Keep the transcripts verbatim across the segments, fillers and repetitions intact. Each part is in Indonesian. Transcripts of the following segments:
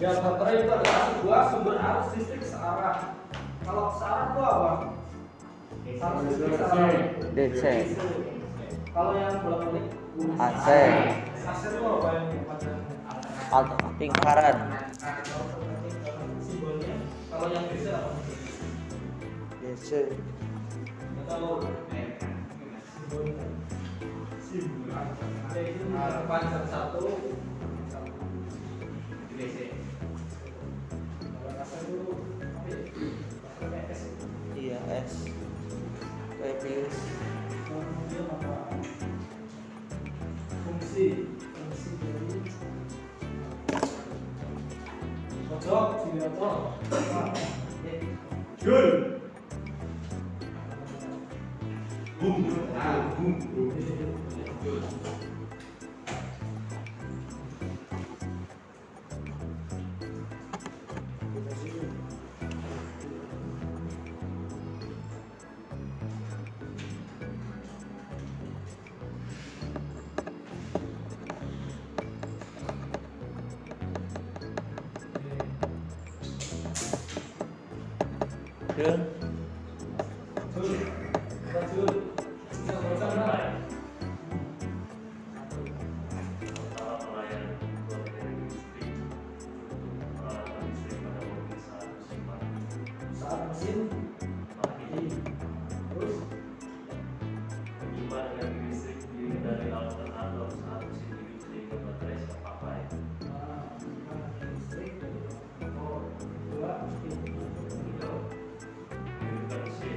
Ya, baterai itu adalah sebuah sumber arus listrik searah. Kalau searah itu apa? Arus listrik searah D C. Kalau yang bolak-balik A C. A C itu apa ini? Alternating current. Simbolnya. Kalau yang D C apa? D C. Nggak tahu. Simbolnya. Simbol. Ada itu panjang satu. D C. Kalau A C itu apa ya? Pakai S. Iya, S. Kayak pilih. Kemudian apa? Fungsi. Fungsi dari pojok simulator. Jul. Bum. Ah, bum. Jul. Jul. Jul. Bisa baca benar? Saat mesin mati. Terus Penyimpan energi listrik diri dari alternator saat mesin hidup sehingga baterai siap pakai. ah, listrik motor dua Tiga, menghidupkan mesin.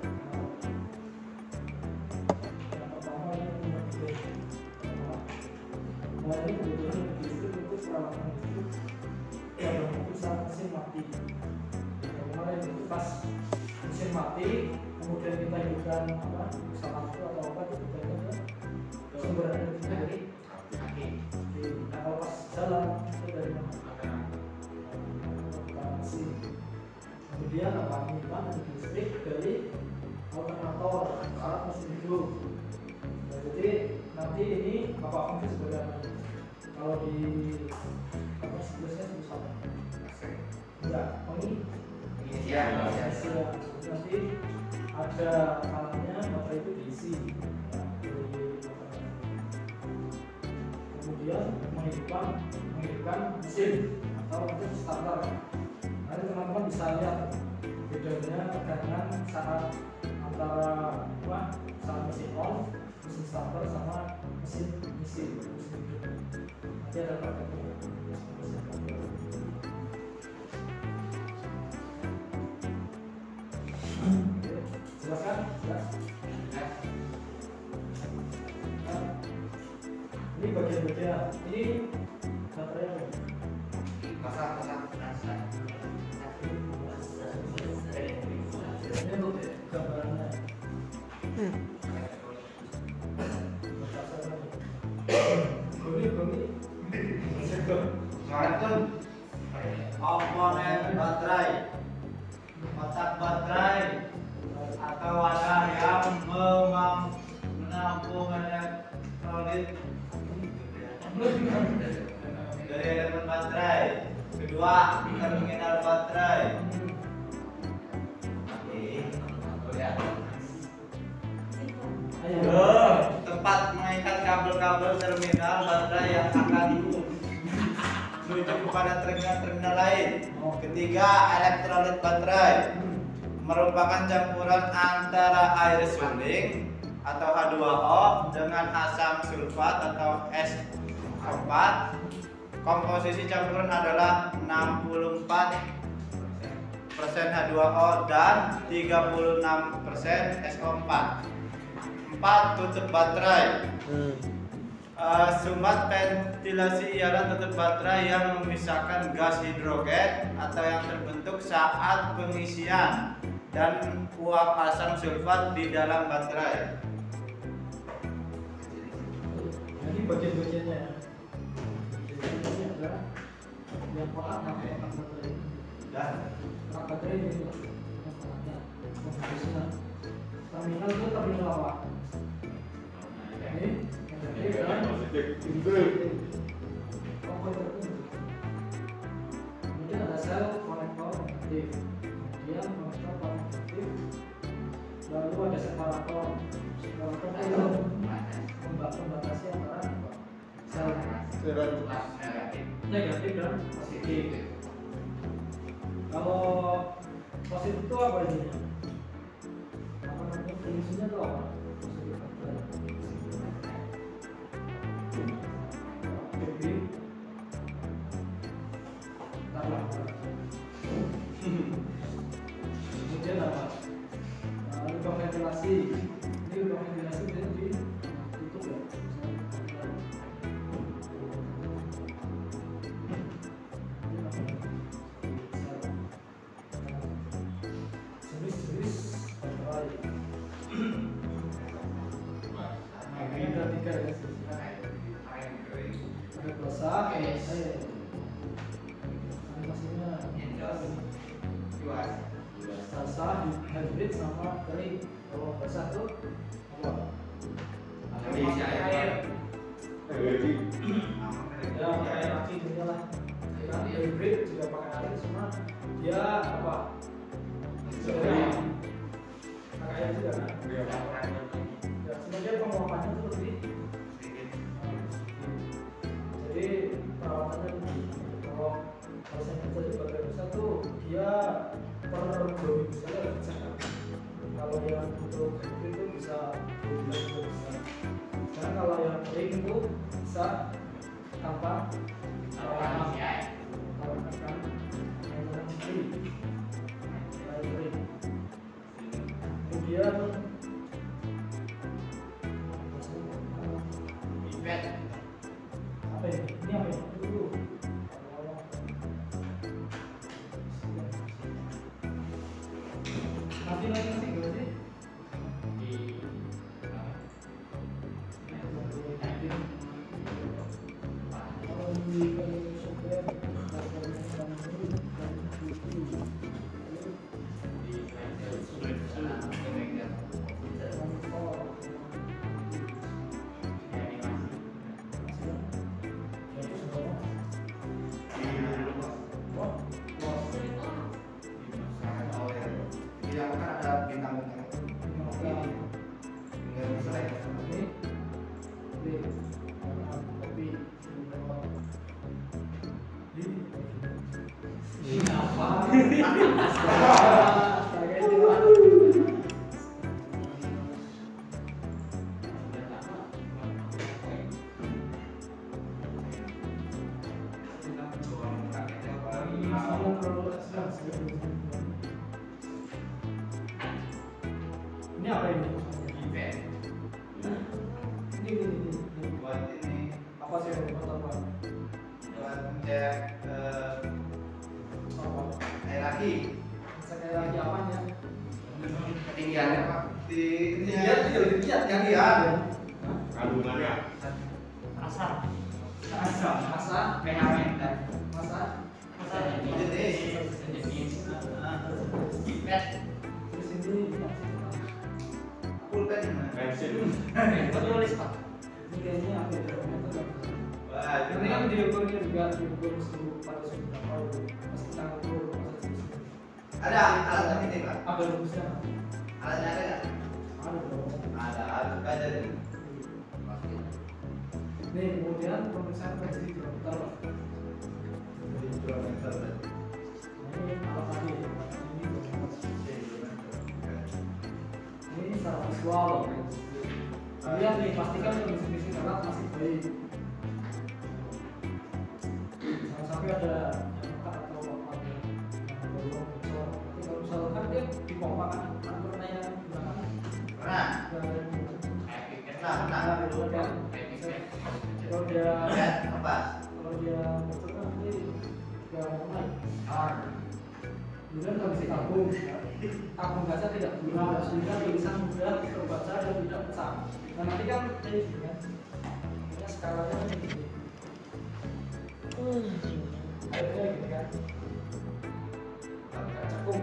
yang pertama ini mesin. Nah ini kebetulan listrik itu peralatan listrik yang berfungsi saat mesin mati. Yang kemarin itu pas mesin mati, kemudian kita hidupkan apa salah satu atau apa itu kita ke sumber energinya dari aki. Nah kalau pas jalan itu dari mana? Mesin. Kemudian apa menyimpan energi listrik dari alternator saat mesin hidup. Nah, jadi nanti ini apa fungsi sebagai apa? Kalau di apa siklusnya sebut apa? Enggak, ini Ya. nanti ada kalanya baterai itu diisi ya, dari baterai. Kemudian menghidupkan menghidupkan mesin atau mesin starter. Nanti teman-teman bisa lihat bedanya tegangan saat antara apa saat mesin on, mesin starter sama mesin mesin mesin hidup. Nanti ada prakteknya. Jelaskan, jelas. Nah, ini bagian-bagian. Ini baterai apa? Masak, masak, masak. Ini untuk gambarannya. Bumi, bumi. Assalamualaikum. Komponen baterai, otak baterai, atau wadah yang memang menampung elektrolit dari elemen baterai. Kedua, terminal baterai. Ayo. Tempat mengikat kabel-kabel terminal baterai yang akan menuju kepada terminal-terminal lain. Ketiga, elektrolit baterai merupakan campuran antara air suling atau H dua O dengan asam sulfat atau S empat. Komposisi campuran adalah enam puluh empat persen H dua O dan tiga puluh enam persen S O empat. Empat, tutup baterai. Hmm. Uh, sumbat ventilasi ialah tutup baterai yang memisahkan gas hidrogen atau yang terbentuk saat pengisian dan uap asam sulfat di dalam baterai. Jadi bagian-bagiannya. Ini adalah yang kotak namanya kotak baterai. Dan Kotak baterai ini yang kotaknya. Komposisinya. Terminal itu terminal apa? Ini negatif dan positif. Komponen tertentu. Kelas negatif. Negatif dan positif. Kalau positif itu apa ini? Apa namanya? Fungsinya itu apa? Jadi, taruh. Kemudian apa? Nah, lubang ventilasi. Ini lubang ventilasi biasanya ditutup ya. Jenis-jenis baterai. Ini ada tiga ya. Ada basah, eh, animasinya basah, hybrid sama kering. Kalau basah tuh apa? Air. Ya pakai aki juga lah. Kan hybrid juga pakai air, cuma dia apa? Pakai air juga kan? Ya, cuma dia penguapannya tuh lebih. Jadi perawatannya lebih. Kalau kalau saya kerja di baterai besar tuh dia per dua minggu saja bisa kan? Kalau yang untuk hybrid itu bisa dua bulan juga bisa. Dan kalau yang kering itu bisa tanpa perawatan, perawatan maintenance free, air kering. Kemudian apa ini? Ini apa ini? Dulu. Nanti lagi nanti gimana sih? Ini apa ini? Event. Ini ini ini. ini. Buat ini, Apa sih buat apa? buat ngecek eh, Apa? air aki. Sekali lagi apanya? Ketinggiannya Pak. Di ini Lihat ya. tidak dilihat kan? Ketinggian. Kandungannya Asal. Asal. Asal. pH meter Masa. masa Jenis. jenis Terus ini Pulpen gimana? bensin. tulis pak ini kayaknya apa ya? Termometer nggak bisa. Wah, Ini kan diukurnya juga diukur suhu pada suhu berapa itu. Pas kita ngukur masa suhu. ada alatnya ini Pak. Ada rumusnya. Alatnya ada nggak? Ada dong. Ada, ada ada nih. Nih kemudian pemeriksaan kondisi digital. Jadi kilometer berarti. Ini alat tadi. Ini ini secara visual. Lihat nih, pastikan kondisi alat masih baik. Jangan sampai ada yang retak atau apa yang bolong bocor. Tapi kalau misalkan dia dipompa kan, kan pernah yang gimana? Pernah? Pernah, pernah. Kalau dia kalau dia Ya, apa? kalau dia bocor kan nanti dia mau naik. Kemudian kondisi tabung, tabung gasnya tidak guna sehingga tulisan mudah terbaca dan tidak pecah. Nah nanti kan kayak gini kan, ini skalanya kan gini. Akhirnya gini kan, agak cekung.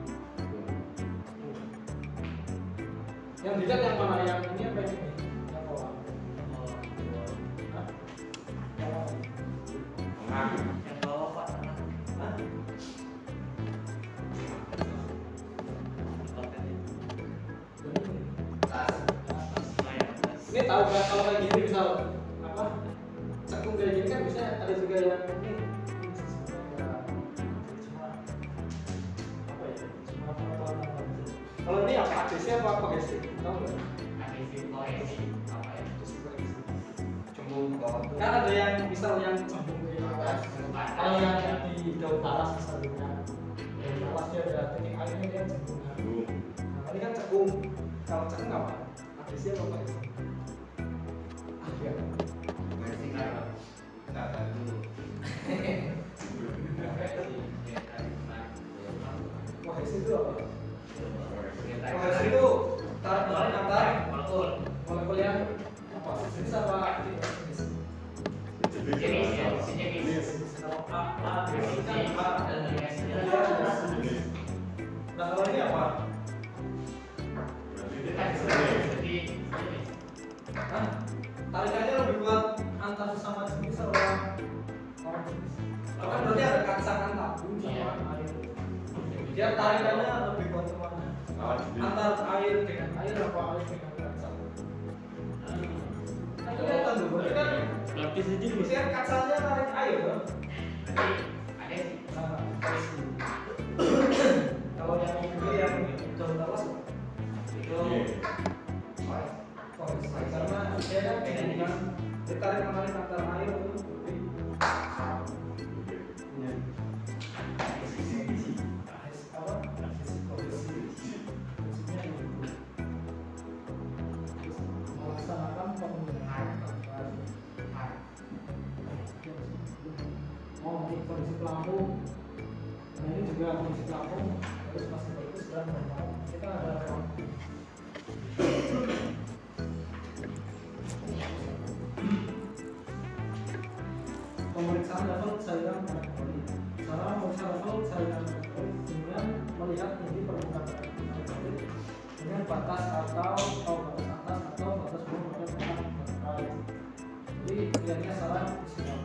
Yang dilihat yang mana, yang ini apa yang ini? Yang bawah. Hah? Yang bawah. yang bawah pak tengah Hah? Ini tahu kan kalau kayak gini misal apa cekung kayak gini kan ada juga yang ini ini sebenarnya cuma apa ya cuma pengetahuan aja. Kalau ini apa A D C apa kohesi tahu nggak? Adhesi kohesi apa ya? Cembung ke bawah tuh. Kan ada yang misal yang cembung ke atas. Kalau yang di daun talas misalnya, daun talas dia ada teknik airnya dia cembung. Nah ini kan cekung. Kalau cekung apa? A D C apa kohesi? Iya. Kohesi kan Nah, tadi dulu. Kohesi itu apa? Kohesi itu tarik menarik antar molekul. molekul yang apa? Sejenis apa? Tidak sejenis. Jenis ya, sejenis. Kalau A, A, B, C, Jenis kan A. dan jenisnya. Nah kalau ini apa? Itu kan seperti jenis. Hah? Tarikannya lebih kuat antar sesama jenis atau orang orang jenis? Kalau kan berarti ada kacang tabung Iya. sama air. Dia tarikannya lebih kuat kemana? Antar air dengan air apa air dengan kacang? Kan kelihatan tuh, berarti kan Lapis aja berarti kan kacangnya tarik air kan? Berarti adhesi. Nah, kohesi. Kalau yang ini yang daun talas apa? Itu Kohesi. Karena dia kan dengan ditarik menarik antar air itu lebih apa? Kohesi. Kohesinya itu melaksanakan pemilihan antar oh ini kondisi pelampung. Nah ini juga kondisi pelampung harus masih bagus dan normal. Kita ada pelampung. Pemeriksaan level cairan alkoholik. Cara memeriksa level cairan alkoholik dengan melihat tinggi permukaan alkoholik dengan batas atau atau batas atas atau batas bawah pada permukaan baterai. Jadi pilihannya salah istilah.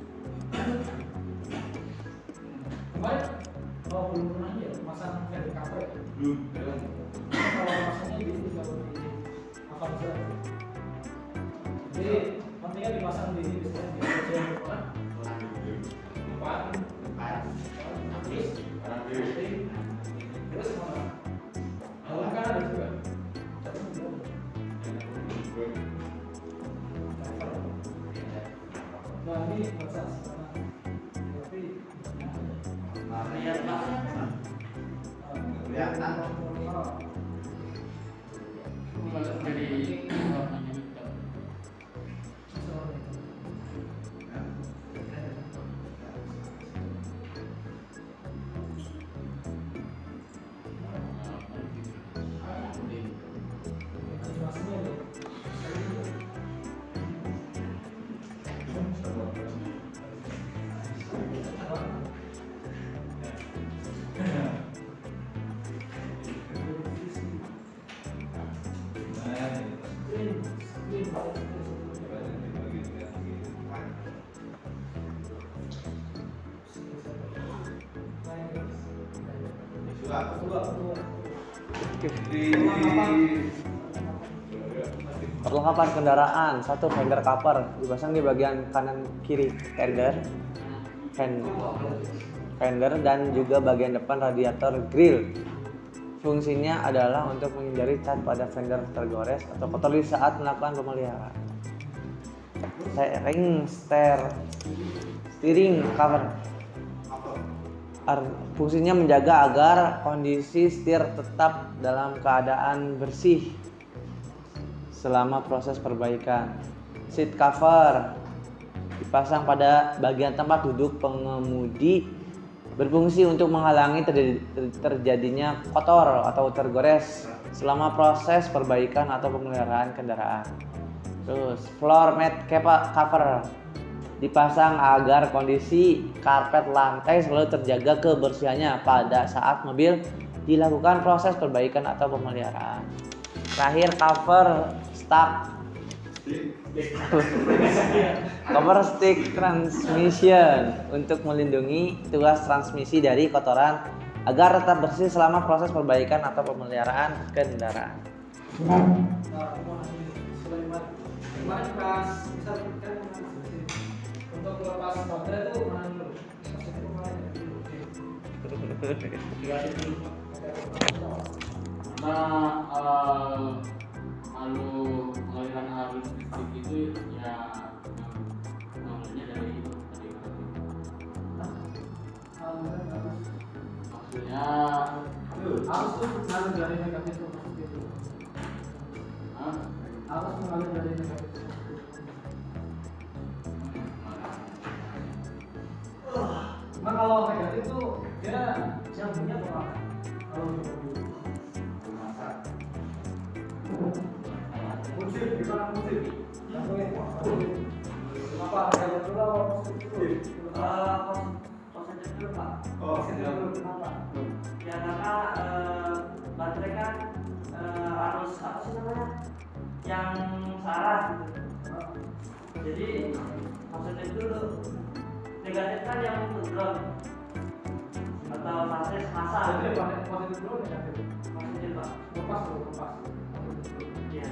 Kemarin oh belum pernah ya masang dari cover ya. Belum. Kalau masangnya di ini kalau di Avanza. Jadi pentingnya dipasang di ini biasanya di bagian depan. Depan, Empat. terus terus mana? Dalam kan ada juga. Tapi belum. Nah ini baca sekarang. Tapi Lihat Pak. Kelihatan. Jadi warnanya hitam. Perlengkapan kendaraan, satu fender cover dipasang di bagian kanan kiri fender, fen- fender dan juga bagian depan radiator grill. Fungsinya adalah untuk menghindari cat pada fender tergores atau kotor di saat melakukan pemeliharaan. Steering, steer, steering cover. Ar- fungsinya menjaga agar kondisi setir tetap dalam keadaan bersih selama proses perbaikan. Seat cover dipasang pada bagian tempat duduk pengemudi, berfungsi untuk menghalangi terjadi, terjadinya kotor atau tergores selama proses perbaikan atau pemeliharaan kendaraan. Terus floor mat cover dipasang agar kondisi karpet lantai selalu terjaga kebersihannya pada saat mobil dilakukan proses perbaikan atau pemeliharaan. Terakhir cover stuck cover stick transmission untuk melindungi tuas transmisi dari kotoran agar tetap bersih selama proses perbaikan atau pemeliharaan kendaraan. Nah, Sulaiman kemarin pas misal kan untuk melepas baterai itu mana dulu? Positif itu mana ya? Negatif dulu Pak. Karena eh, kalau aliran arus listrik itu ya namanya dari itu tadi Aliran arus. maksudnya Arus itu mengalir dari negatif ke positif. Hah? Arus mengalir dari negatif ke positif. Cuma kalau negatif itu dia nyambungnya ke mana? Kalau di mobil. Musik, gimana musik? Nyambungnya ke mana? Kenapa negatif dulu atau positif dulu? Positif dulu Pak. Oh, Positif dulu kenapa? Ya karena eh, baterai kan eh, harus apa sih namanya? Yang searah gitu. Jadi positif dulu. Negatif kan yang ground atau fase masa. Jadi positif dulu negatif. Positif Pak. Lepas dulu, lepas. Iya.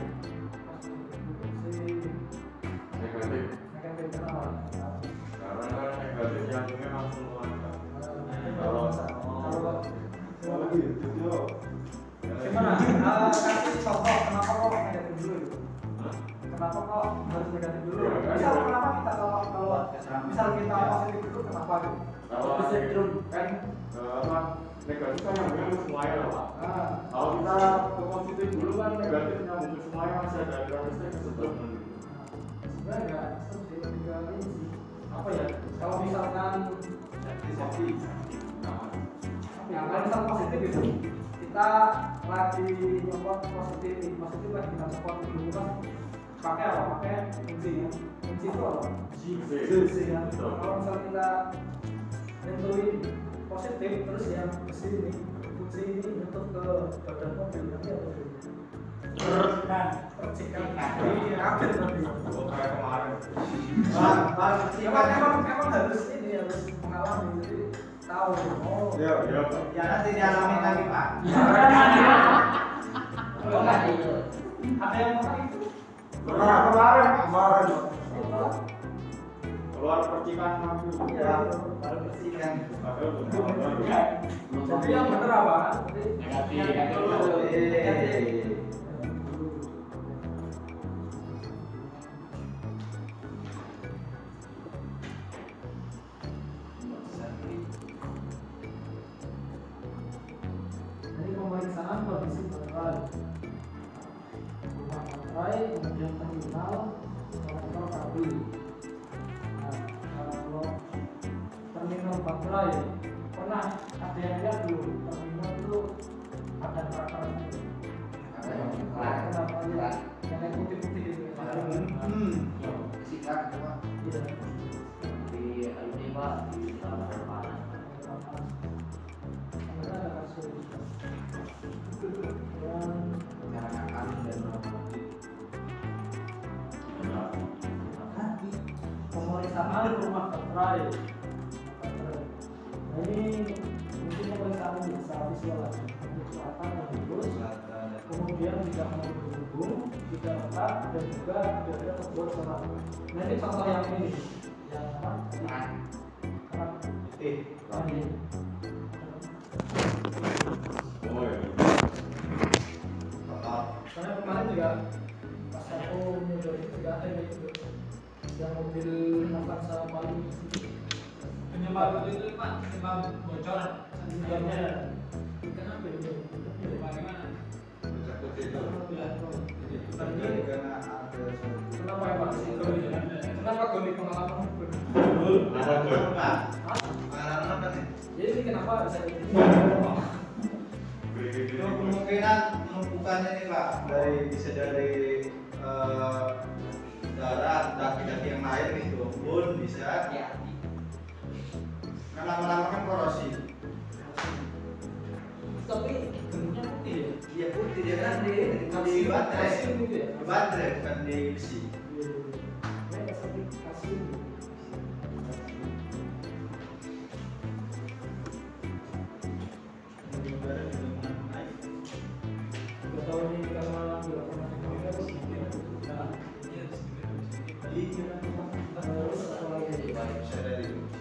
Negatif. Negatif kenapa? Karena kan negatif jantungnya langsung melangkah. Kalau Oh gitu Jo. gimana? Ah, kasih contoh kenapa kok negatif dulu itu? Kenapa kok harus negatif dulu? Misal kenapa kita kalau kalau misal kita positif dulu kenapa gitu? Kalau Bisa drum kan? apa negatif kan nyambungnya ke semuanya lah Pak. Ah, Kalau kita ke positif dulu kan negatif nyambung ke semuanya masih ada aliran listrik kesedot kan gitu. sebenarnya nggak seperti ketika ini sih. Apa ya? Kalau misalkan Sapi. ya kalau misal positif itu kita lagi nyopot positif positif lagi kita support dulu kan pakai apa? Pakai kunci ya. Kunci itu apa? Kunci ya. Kalau misal kita nentuin positif terus yang kesini kunci ini nyentuh ke badan mobil nanti apa sih? Kan, percikan. Iya, kaget tadi. Oh kayak kemarin. Bang, bang, Emang emang emang harus ini harus mengalami jadi tahu. Oh. Iya iya Pak. ya nanti dialamin lagi Pak. Oh, enggak. Ada yang pernah itu? Kemarin kemarin kemarin. Itu. Keluar percikan mobil. Ya, baru bersihkan. Padahal belum keluar. Jadi yang bener apa? Jadi Negatif. yang dulu. Eh. Jadi pemeriksaan kondisi baterai. Rumah baterai, kemudian terminal, konektor kabel. Nah, kalau terminal baterai pernah ada yang lihat dulu terminal itu ada perakarannya. Ada yang Kenapa ya? Yang putih-putih itu. Hmm. Sikat itu Pak. Iya. Di ini Pak di dalam air panas. Sebenarnya ada kasur. Dan Jangan akan dan nanti pemeriksaan rumah baterai. Baterai. Nah ini mungkin pemeriksaan bisa visual aja. Kelihatan yang lurus, kemudian tidak mau berhubung, tidak retak, dan juga tidak ada terbuat serat. Nah ini contoh yang ini, yang apa? Kerat. Eh, Nah, ini. Oh iya. total. Karena kemarin juga pas aku nyudur itu juga ada yang gitu, yang mobil Avanza paling Penyebab itu Pak, penyebab bocor. sebenarnya kenapa itu? Bagaimana? Tadi karena ada Kenapa ya Pak? Kenapa gue di pengalaman? pengalaman Pak. Hah? Pengalaman apa nih? Jadi ini kenapa bisa gitu? Itu kemungkinan penumpukannya nih Pak, dari bisa dari eh, darah daki-daki yang lain gitu pun bisa. Kan lama-lama kan korosi. Tapi bentuknya putih ya? Iya putih dia kan di di Kalsium, baterai. kalsium gitu ya? Di baterai bukan di besi. Iya, iya. Seperti kalsium. Gak tahu ini karena nggak pernah dipakai atau gimana? Nah, terus apa lagi? Bisa dari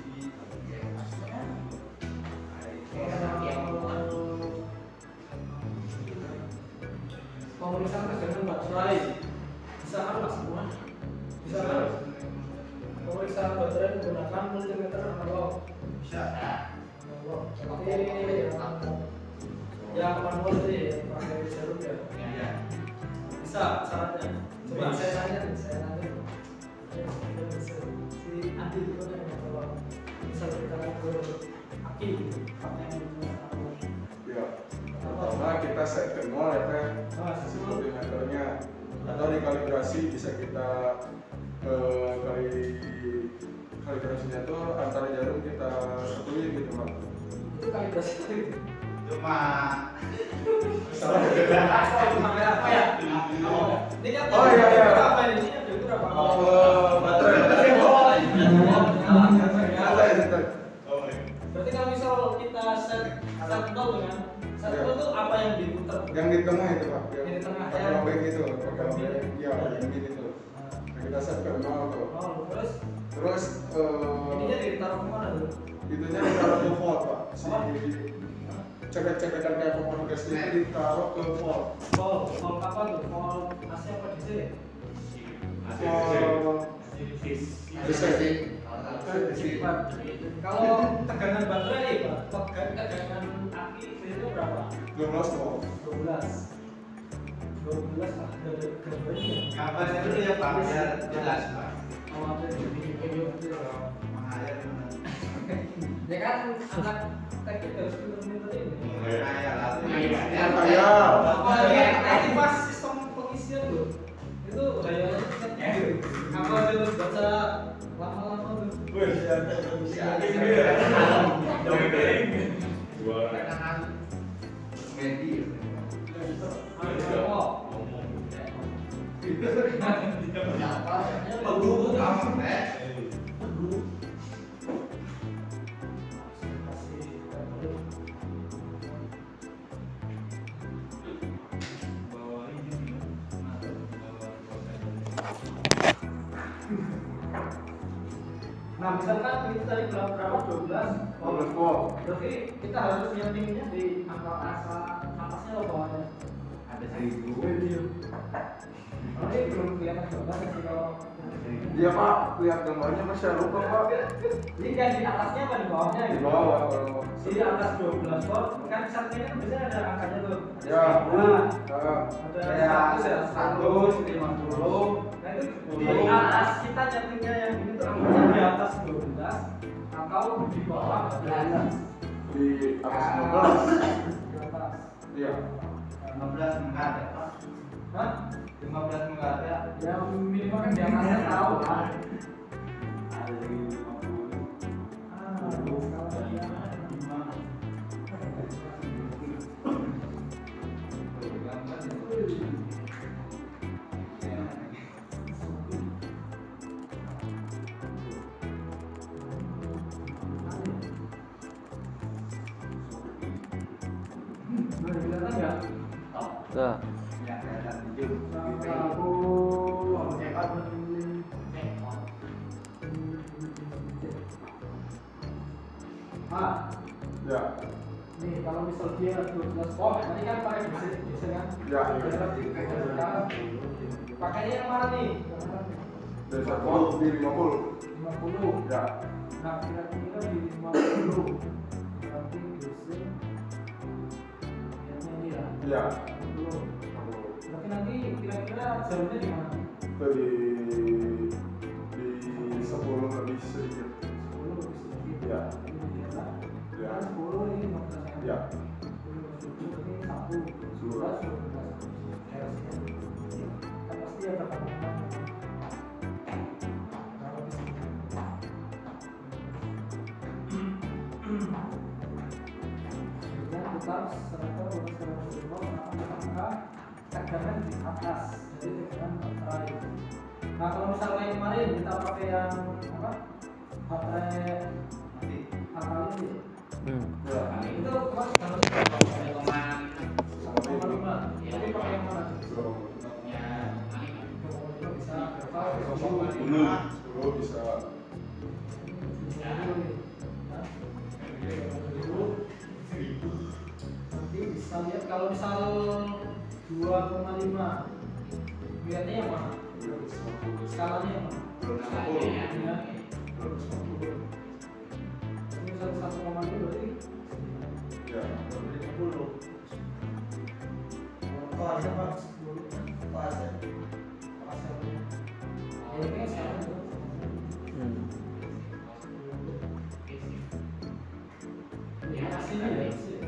pemeriksaan tegangan baterai bisa apa semua? Bisa kan? Pemeriksaan baterai menggunakan multimeter analog. Bisa. Analog. Tapi yang manual tadi ya, pakai jarum ya. Iya. Bisa syaratnya. Coba saya tanya nih, saya tanya. Si Andi itu kan yang kalau bisa kita ke aki, pakai analog. Ya. Pertama kita set ke nol ya kan, si multimeternya, atau dikalibrasi bisa kita eh, kali kalibrasinya tuh antara jarum kita satuin gitu Pak. Itu kalibrasi itu. Cuma Salah Apa ya? Ini kan Oh, iya, iya. Apa ini? Ada berapa? Oh, baterai. Berarti kalau misal kita set set nol kan, set nol itu apa yang diputar? Yang di tengah itu Pak, yang Yang di tengah, pakai ya. lobeng itu, pakai lobeng, ya yang gini tuh. Nah, kita set ke nol tuh. Oh, terus Terus ininya eh, ditaruh kemana tuh? itunya ditaruh ke volt Pak. Si cekek-cekekan kayak popon gas itu ditaruh ke volt. Volt, volt apa tuh? Volt A C apa D C? Volt Kalau tegangan baterai, Pak, tegangan tegangan aki itu berapa? dua belas volt. dua belas. dua belas ah, ada gambarnya. kabarnya dulu ya Pak, biar jelas Pak. Oh, ada di video itu. Mengalir mana? Ya kan anak teknik harus pinter-pinter ini. Mengalir lah. Iya. Apalagi nanti pas sistem pengisian tuh, itu dayanya tingkatnya gitu. Apa itu baca lama-lama tuh? Oh, nah misalkan itu tadi berapa berapa dua belas dua belas volt. berarti kita harus nyetingnya di angka asa napasnya atau bawahnya Ada seribu. oh ini belum kelihatan coba sih kalau Iya Pak, lihat gambarnya masih lupa Pak. ini kan di atasnya apa di bawahnya Di gitu? bawah kalau di atas dua belas volt kan satnya kan biasanya ada angkanya tuh ya, nah, uh, ada Ya, seratus ya seratus lima puluh nah itu di atas kita nyetingnya yang ini tuh angkanya di atas dua belas atau di bawah dua belas di atas lima belas. di atas Iya. lima belas enggak ada Pak. Hah? lima belas enggak ada. Ya minimal kan di atasnya tahu kan Ada dari lima puluh. ah kalau dia Boleh kelihatan nggak? Nah, Yang kelihatan hijau. Aku cepat Ah, Ya. nih kalau misal dia dua belas volt, tadi kan pakai diesel, diesel kan? Ya. Sekarang pakainya yang mana nih? Dari satu volt di lima puluh. lima puluh. Ya. Nah, kira-kira di lima puluh. Berarti diesel. Bagiannya ini ya. Ya. lima puluh. Berarti nanti kira-kira jarumnya di mana? Itu di di sepuluh lebih sedikit. sepuluh lebih sedikit. Ya. Ini dia lah. Ya. Kan sepuluh ini lima belas kan? Ya. sepuluh ini satu, sebelas, dua belas. Ya, kan pasti ada kandungan. Kalau di sini. Kemudian putar serta bonus seratus ribu maka tegangan di atas jadi tegangan baterai. Nah kalau misalnya kayak kemarin kita pakai yang apa baterai Nanti. alkali hmm. Ya. itu kemarin kalau satu koma lima tapi pakai yang mana? Itu bisa berapa? sepuluh bisa. Nanti bisa lihat kalau misal dua koma lima. Lihatnya yang mana? Skalanya yang mana? Namanya Ya. Ini satu koma lima berarti Ya. lima puluh. Kok ada Pak? Kok ada? Ya ini sekarang tuh. Hmm. Ya, sini ya. Sini.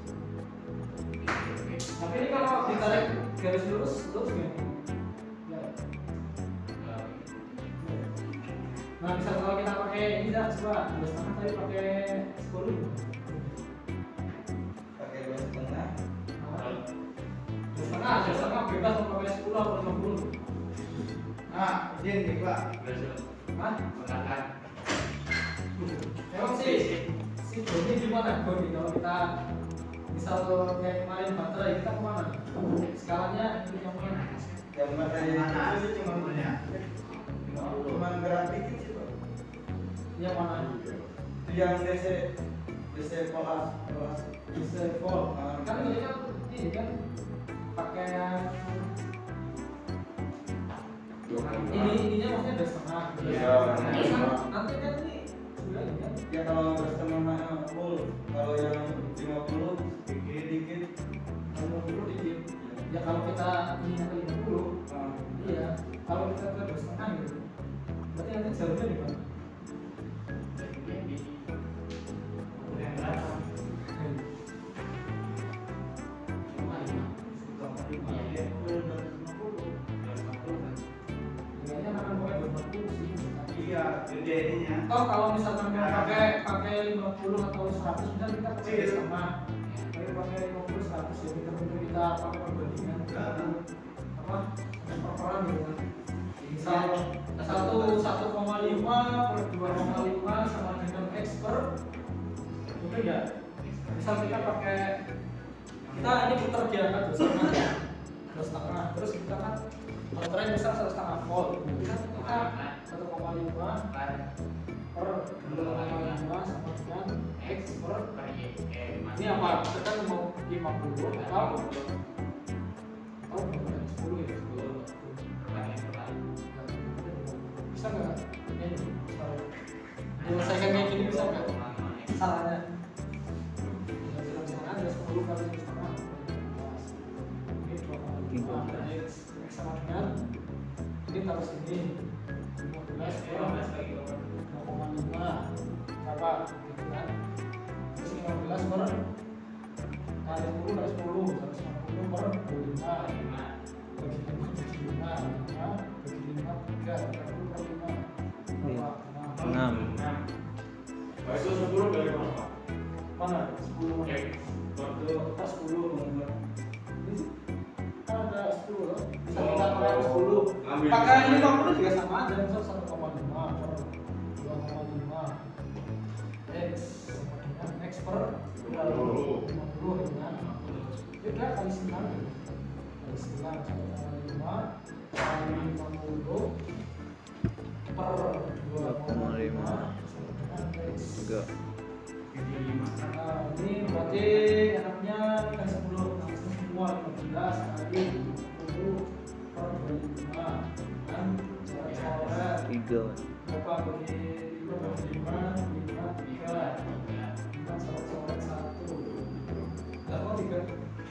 Tapi ini kalau ditarik garis lurus, lurus gini. Ya. Nah, misal kalau kita pakai ini tidak coba dua setengah tapi pakai sepuluh. Pakai dua setengah. Dua setengah, dua setengah bebas mau pakai sepuluh atau lima puluh. Nah, izin nih Pak. Hah? Mengangkat. Emang sih si Boni gimana Boni kalau kita misal kayak kemarin baterai kita kemana? Skalanya ini yang mana? Yang materi Mana? itu sih cuma punya. Cuma gerak dikit sih Pak. Yang mana? Itu yang D C D C kelas kelas. Bisa volt. Kan ini kan ini kan pakaian ini ininya maksudnya dua setengah. Iya. Terus kan nanti kan ini sudah ini kan. Ya kalau setengah full, kalau yang lima puluh dikit dikit. lima puluh dikit. Ya kalau kita ini ke lima puluh, Nah, iya. Kalau kita ke dua setengah gitu, berarti nanti jalurnya di mana? Kayaknya akan pakai dua puluh sih. iya, gede ininya. Toh kalau misalkan kita pakai pakai lima puluh atau seratus misal kita pakai dua setengah. Tapi pakai lima puluh seratus ya kita tentu kita pakai perbandingan apa perkoran gitu kan. Misal satu satu koma lima per dua koma lima sama dengan X per itu ya. Misal kita pakai kita ini putar di angka dua setengah dua setengah terus kita kan baterai besar satu setengah volt kita kita satu koma lima per dua koma lima sama dengan X per ini apa kita kan mau lima puluh atau oh sepuluh ya bisa nggak ini menyelesaikan kayak gini bisa nggak salahnya misalkan ada sepuluh kali satu setengah ini dua koma lima X sama dengan ini taruh sini lima belas per dua koma lima berapa gitu kan terus lima belas per kali sepuluh kali sepuluh seratus lima puluh per dua puluh lima bagi lima bagi lima lima bagi lima tiga tiga puluh per lima berapa enam. Nah, itu sepuluh dari mana Pak? mana sepuluh mana Waktu kita sepuluh ini kan ada sepuluh loh bisa kita pakai sepuluh Ambil. pakai lima puluh juga sama aja misal satu koma lima per dua koma lima X sama dengan X per lima puluh ya juga kali sembilan kali sembilan satu koma lima kali lima puluh per dua koma lima sama dengan X Tiga. nah ini berarti enaknya kan sepuluh langsung semua lima belas kali lima puluh per dua puluh lima kan coret-coret Tiga. berapa bagi lima bagi lima lima tiga lima coret-coret satu lah kok tiga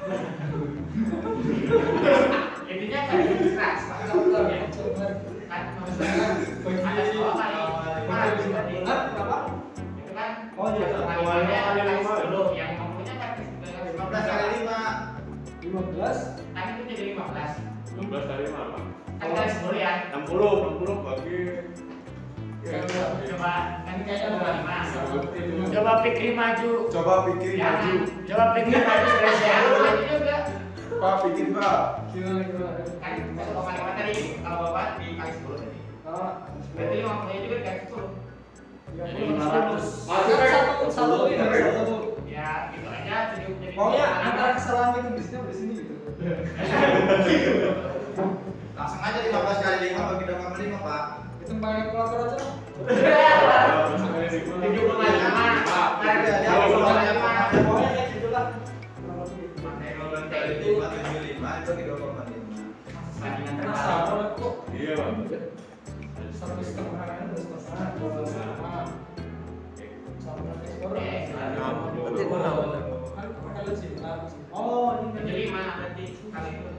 Intinya kan keras, coret ya coret kan misalkan bagi ada sekolah kali, mana bisa di Hah? berapa itu kan Oh, iya. kalimatnya ada kali sepuluh, yang mampunya kan lima belas kali lima. lima belas kan itu jadi lima belas, enam belas dari mana Pak? kan kali sepuluh ya. enam puluh, enam puluh bagi Coba kan kayaknya dua lima. Coba. Coba pikir maju. Coba pikir Ya, maju. coba pikir maju sudah saya maju juga. Pak pikir Pak. gimana gimana Kan satu koma lima tadi kalau bapak dikali sepuluh tadi. ah Berarti lima puluh juga dikali sepuluh. Jadi lima ratus. Satu satu ini satu. Ya gitu aja jadi jadi. Pokoknya antara kesalahan itu di sini atau di sini gitu. Langsung aja lima belas kali lima bagi dua koma lima Pak. Itu pakai kalkulator aja. Tujuh koma lima. Iya, dia koma lima. Pokoknya kayak gitulah. Kurang lebih gitu. Kali lima tujuh lima itu Penasaran kok. Iya bang. Satu setengah kan udah selesai. Dua setengah. Sama ekspor. Berarti kenapa? Kan kalian sih. Oh ini kan. Jadi lima berarti kali itu.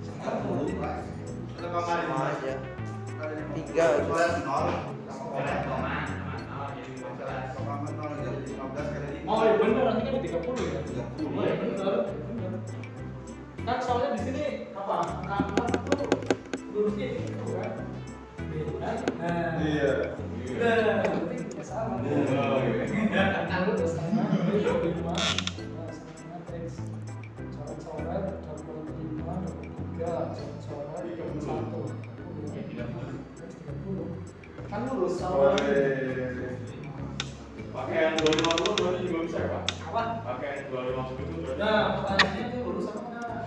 Atau kemarin Sama aja. Tiga. Soalnya nol. Koma koma nol jadi lima belas. Koma nol jadi lima belas kali lima. Oh iya bener nanti kan tiga puluh ya. tiga puluh. Iya bener. Bener. Kan soalnya di sini apa? Angka tuh lurusnya itu kan. Iya kan? Nah. Iya. Udah, berarti nggak salah. Oh, iya. Kan lu udah setengah, itu lima, setengah teks. Coret-coret, dapat lima, dapat tiga, coret-coret, dapat satu. Ya tiga puluh. tiga puluh. Kan lurus Oh, sama. iya. Pakai yang dua ratus lima puluh berarti juga bisa ya Pak? Apa? Pakai yang dua ratus lima puluh berarti Nah, pertanyaannya itu lurus apa enggak?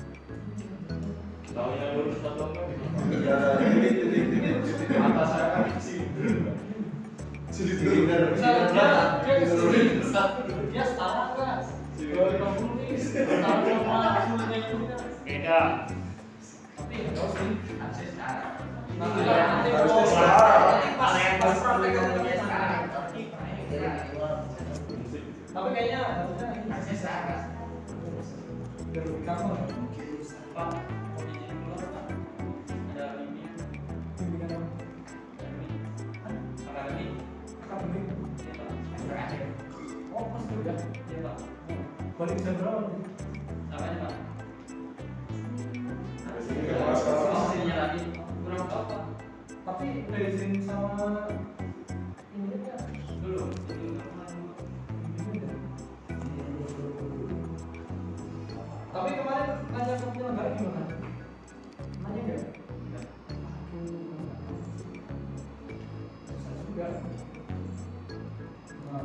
tahu yang lurus atau enggak gitu. Iya. Mata saya kan kecil. Silinder. Misalnya dia, dia kesulitan, dia setara enggak? dua ratus lima puluh nih, setara sama hasilnya itu kan? Beda. Tapi nggak tahu sih. Harusnya setara. Nanti lah, nanti Harusnya kalau- setara. nanti pas Kalau yang pas pas praktek kan punya harusnya setara. setara. Tapi kayaknya harusnya ini Harusnya setara. biar lebih gampang ya. Pak, mau diizin keluar Pak? Ada bimbingan. Bimbingan apa? Akademi. Akademik. Iya Pak. Semester akhir. Oh, pas udah. Iya Pak. Balik jam berapa nih? Apanya Pak? Ini ke kelas sekarang. Hasilnya lagi. Kurang tahu Pak. Tapi udah izin sama ini ya. Belum. Belum kemarin. Tapi kemarin nanya ke penyelenggara gimana? Nanya nggak? Susah juga. Nah,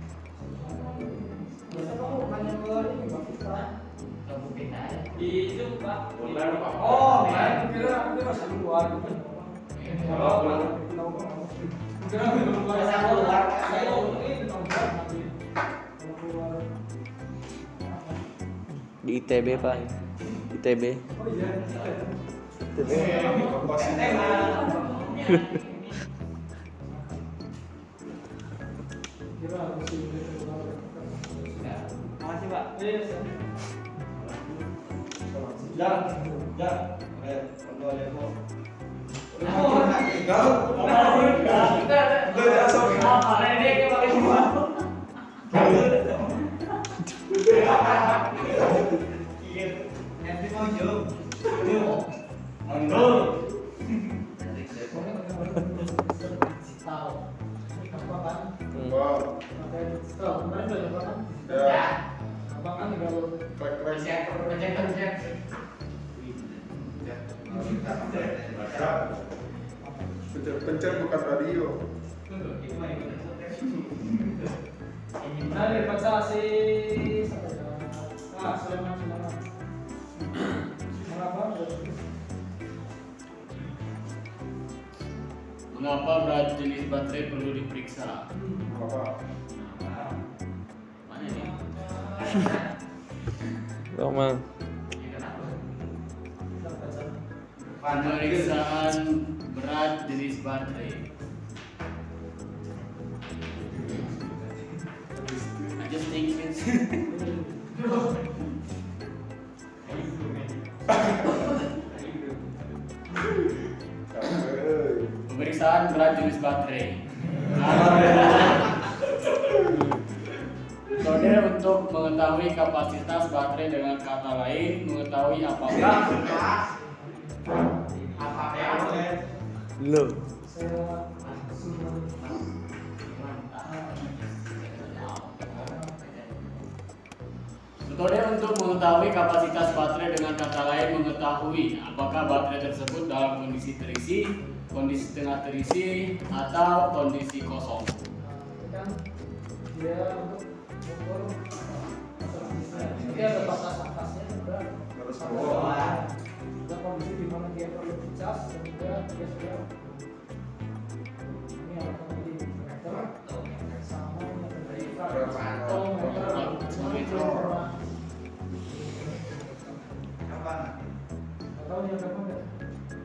biasa kamu nanya ke ini Mbak Fitra. Ke bukit aja. Di itu Pak. Online, Pak. Oh, lain kira aku kira masih keluar gitu. Kalau belum. Kira aku keluar. Masa keluar? Saya mau ini keluar nanti. Kalau keluar. Di I T B Pak. I T B. Oh iya. I T B. Kompas ini. Kira aku sih ini keluar. Makasih Pak. Iya, sih. Ya, ya. Eh, kedua demo. Nanti mau jauh. Manggil. Tahu. Apa kan? Wow. Pakai digital. Kemarin udah nyoba kan? Ya. Apa kan tinggal Klik klik. Cek, cek, cek. Pencet-pencet bukan radio. Nah, ini baca si siapa ya? Ah, Sulaiman Sulaiman. Mengapa? Mengapa berat jenis baterai perlu diperiksa? Apa? Mana ini? Lama. Pemeriksaan berat jenis baterai. I just think it's pemeriksaan berat jenis baterai. Metode untuk mengetahui kapasitas baterai, dengan kata lain mengetahui apakah Apa ya? Belum. Saya Sulaiman. Metode untuk mengetahui kapasitas baterai, dengan kata lain mengetahui apakah baterai tersebut dalam kondisi terisi, kondisi setengah terisi, atau kondisi kosong. Nah, itu kan dia untuk mengukur jadi ada batas-batasnya juga. Harus Ada bawa. ada kondisi di mana dia perlu dicas dan juga dia sudah ini yang tadi meter sama yang tadi atau meter Kapan? atau yang berapa enggak?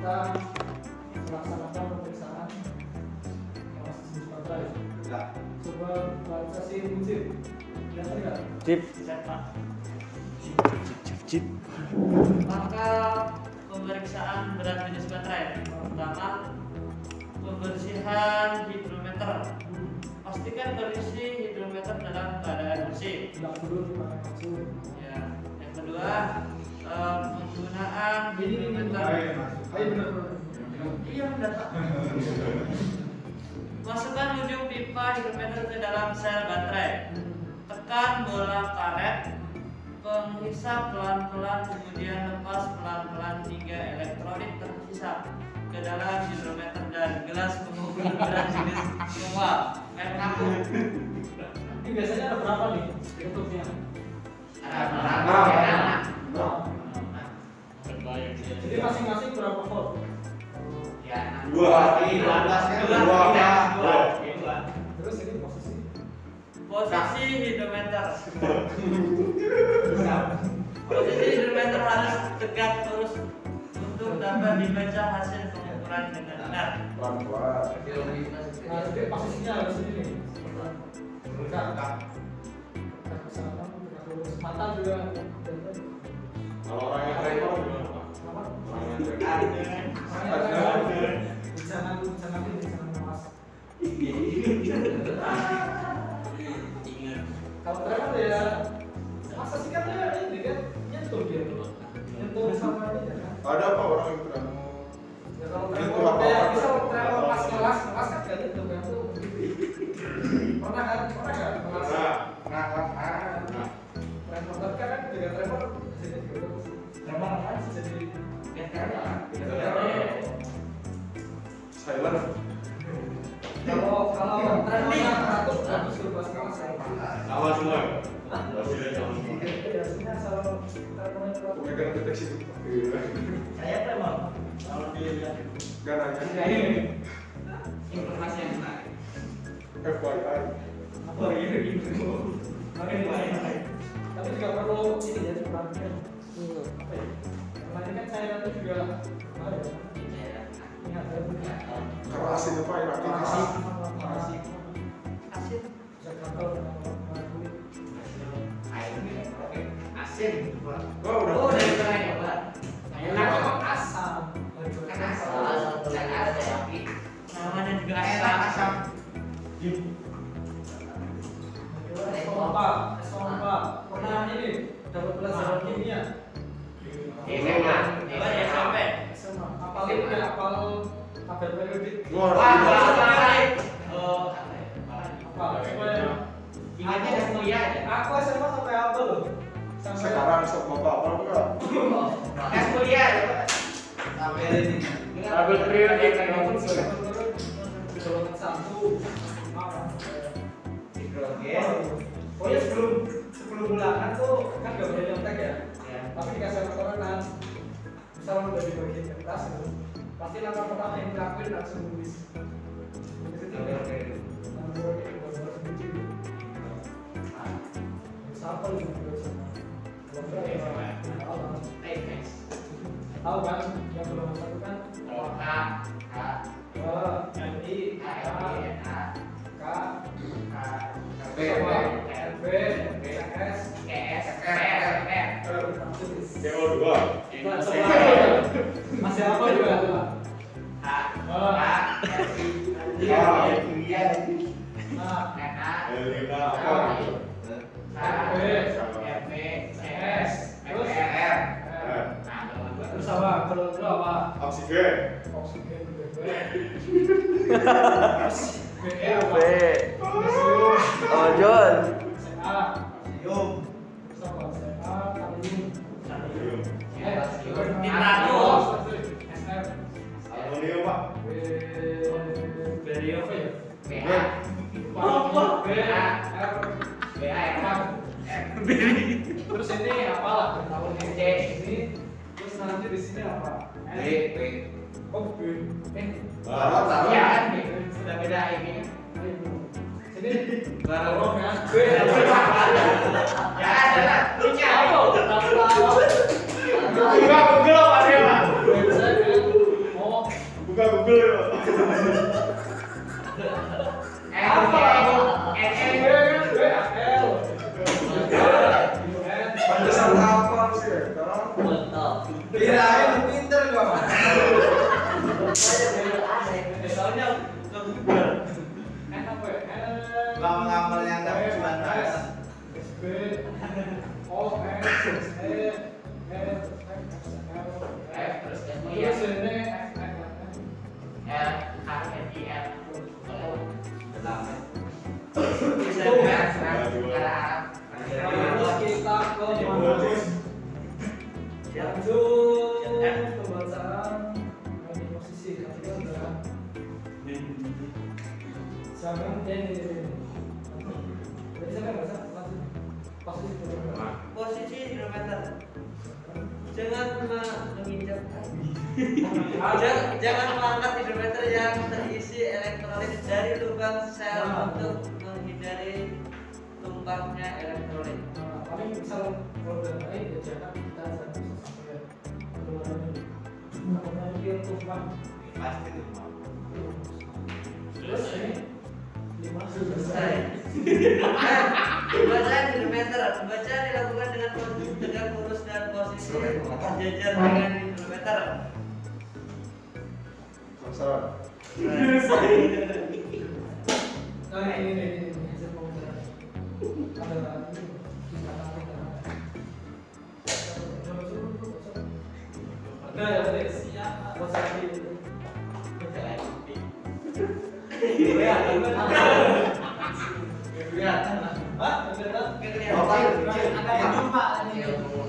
kita melaksanakan pemeriksaan awas jenis baterai. Ya. Coba kualifikasi muncul. Lihat nggak? Chip. Set, Pak. Chip chip. Maka pemeriksaan berat jenis baterai. Pertama, pembersihan hidrometer. Pastikan kondisi hidrometer dalam keadaan bersih. Tidak perlu dipakai langsung. Ya. Yang kedua, eh, penggunaan hidrometer. Ayo benar-benar. Iya benar Pak. Masukkan ujung pipa hidrometer ke dalam sel baterai. Tekan bola karet. Penghisap pelan-pelan, kemudian lepas pelan-pelan hingga elektrolit terhisap ke dalam hidrometer dan gelas pengukur berat jenis manual merek aku. Ini biasanya ada berapa nih bentuknya? Ada berapa ya? Terbayang sih. Jadi masing-masing berapa volt? Ya, Dua. dua belas kan? Dua. Dua. Dua. Dua. Terus ini posisi Posisi hidrometer. Posisi hidrometer harus tegak terus untuk dapat dibaca hasil pengukuran dengan benar. Pelan-pelan. Nah, jadi posisinya harus ini nih. Tegak. Tegak ke sana, tegak lurus. Mata juga. Kalau orang yang driver gimana Pak? Apa? Orang yang driver. Jangan jangan ini jangan mas. Ingat. Kalau driver ya masa sih kan dia ini kan nyentuh dia. Nyentuh sama ini kan. Ada apa orang yang pernah Ya kalau Nyentuh travel apa? kayak misal travel pas kelas kelas kan gak nyentuh kan tuh. Pernah kan? Pernah kan? Kelas. Nah, nah, Nah, Travel tapi kan juga travel jadi juga travel apa sih jadi silent. kalau kalau travelnya teratur bagus tuh pas kelas. Sama semua. Biasanya asal travelnya teratur. Pemegang deteksi itu. Iya. Saya travel. Kalau dia Gak nanya. informasi yang menarik. F Y I. Apa ini gitu? Tapi juga perlu ini ya perhatian. Apa ya? Karena ini kan cairan itu juga apa ya? Ingat ya punya. Keras itu Pak, yang makin keras. Asin. Asin. Bisa gatal dengan kulit. Asin. Oh, udah. Oh, dari mana ya, Pak? Enak kok asam. Kan asam. Dan ada api. Namanya juga asam. S O apa? S O apa? Pernah ini dapat pelajaran kimia. S M A. Apa ya sampai? S M A. Apal itu ya apal tabel periodik. Wah, Wah, udah. apa? Oh, Apa? Supaya ingatnya udah kuliah ya? aku S M A sampai apa loh? Sampai Sekarang sok bapak apa enggak? Kan kuliah ya, Pak. Tabel ini. Tabel periodik. golongan satu. Apa? Hidrogen. Pokoknya sebelum sebelum ulangan tuh kan gak boleh nyontek ya. Ya. Tapi dikasih aturan, misalnya udah dibagi kertas gitu, pasti langkah pertama yang dilakuin langsung nulis. Nulis itu ya. Nomor nomor sendiri. Siapa lu nulis sama? Kalau enggak ya tahu kan. Tahu kan yang belum satu kan Oh, K, K, K, N I, K, K, L, N, A, K, B, sama B. R B, S, K, S, R, R. C O dua. masih apa juga? H, K, R, I, Ah, Iya. Nah, N, A, Elina K, apa? R, B, C, S, R, R. Eh, Nah, kalau dua terus apa? Kalau itu apa? Oksigen. Oksigen B B. B B. apa? Oh, John. C A. Yum. Terus apa? C A kalium. Ya, Eh, Titanium. S R. Aluminium Pak. B. Barium apa ya? B, A, Apa? B. R. B, A, R. Terus ini apa lah? Tahun ini. C. Ini. Terus nanti di sini apa? B, B. Oh, B. Eh. Barat. Iya kan, B. Sudah beda ini. Sini. Baru. Baru ya. B. Ya, ada lah. Punya apa? Tahu. Enggak, enggak, ada Pak. B. C. N. O. Soalnya ke Google. N apa ya? Kalau ngambil yang dapat cuma S S B O N S E F L F terus S I terus F ini F F L H N I F. Terus kita ke lanjut pembacaan ini posisi ketiga adalah jangan ini jadi saya baca lanjut posisi kedua. Posisi hidrometer. Jangan menginjak jangan, jangan mengangkat hidrometer yang terisi elektrolit dari lubang sel untuk menghindari tumpahnya elektrolit. Nah, paling misal kalau udah naik ya jangan kita jangan bisa sampai keluaran ini. Makanya dia tumpah. pasti tuh. Terus ini lima Selesai. Pembacaan hidrometer. Pembacaan dilakukan dengan posisi tegak lurus dan posisi sejajar dengan hidrometer. Sasaran. Nah ini ini ini ini hasil pembacaan. Ada ini kita nanti ada ya ada siap. Baca lagi. Kelihatan lah. Hah? Kelihatan? Kelihatan. Ada yang jumpa ini.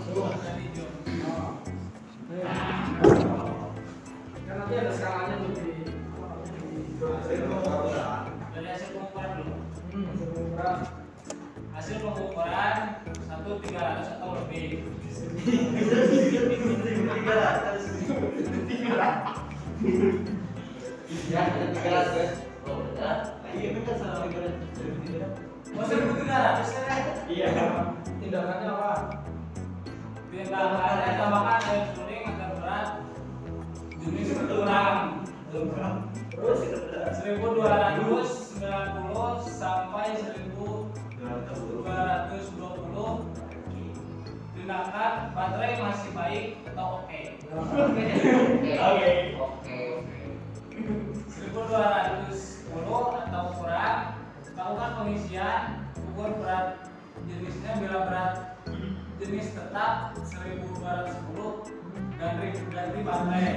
Kan nanti ada skalanya tuh di Dari hasil pengukuran dulu. hmm, pengukuran. Hasil pengukuran satu tiga ratus atau lebih. tiga ratus. Ya, ada tiga ratus. Oh, benar. Iya, benar salah tiga ratus. Oh, seribu tiga ratus kan? Iya. Tindakannya apa? Tindakannya tambahkan air suling agar berat jenis berkurang. Terus seribu dua ratus sembilan puluh sampai seribu dua ratus dua puluh. Tindakan baterai masih baik atau oke? Oke. Oke. seribu dua ratus sepuluh atau kurang. Lakukan pengisian, ukur berat jenisnya bila berat jenis tetap seribu dua ratus sepuluh ganti ganti baterai.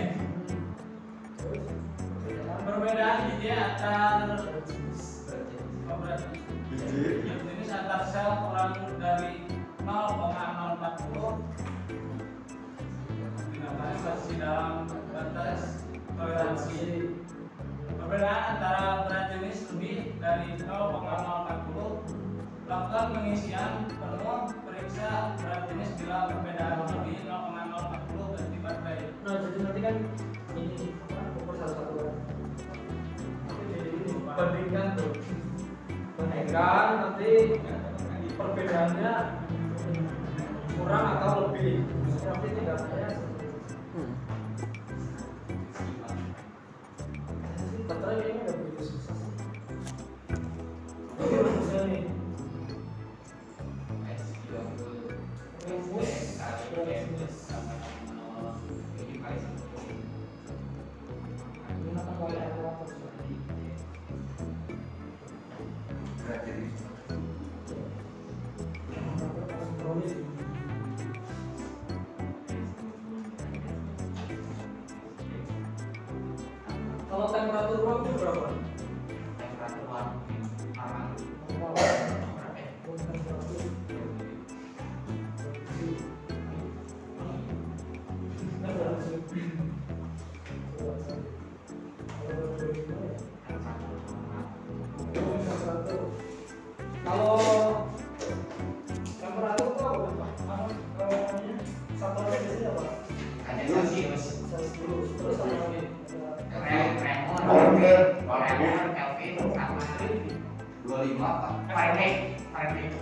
Perbedaan biji antar oh, berarti jenis antar sel kurang dari nol koma nol empat puluh. Tindakannya masih dalam batas toleransi. Perbedaan antara berat jenis lebih dari nol koma nol empat puluh. Lakukan pengisian penuh, periksa berat jenis bila perbedaan lebih nol koma nol empat puluh ganti baterai. nah jadi nanti kan ini apa ukur salah satu kan. Jadi ini bandingkan tuh. Bandingkan nanti perbedaannya kurang atau lebih. Nanti tindakannya baterai kayaknya nggak begitu susah sih. Ini rumusnya nih. Rumus rumus. Gunakan kalkulator. Kalau temperatur ruang itu berapa? Temperatur ruang aman. Kalau temperatur itu apa? Kalau satuannya biasanya apa? Ada Celsius. Celsius. Terus apa lagi? Remon, Remon, Kelvin, sama dua puluh lima apa? Fahrenheit, Fahrenheit.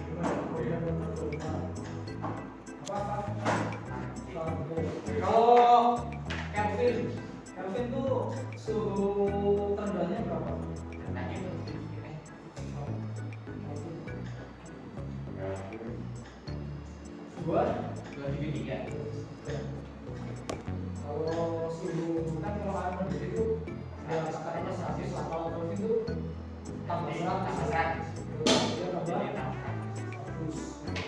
Kalau Kelvin, Kelvin tuh suhu terendahnya berapa? Katanya itu ini. Dua. dua tujuh tiga. Kalau suhu kan kalau air mendidih itu ya katakanlah seratus lah kalau kalau itu tambah seratus dia tambah seratus.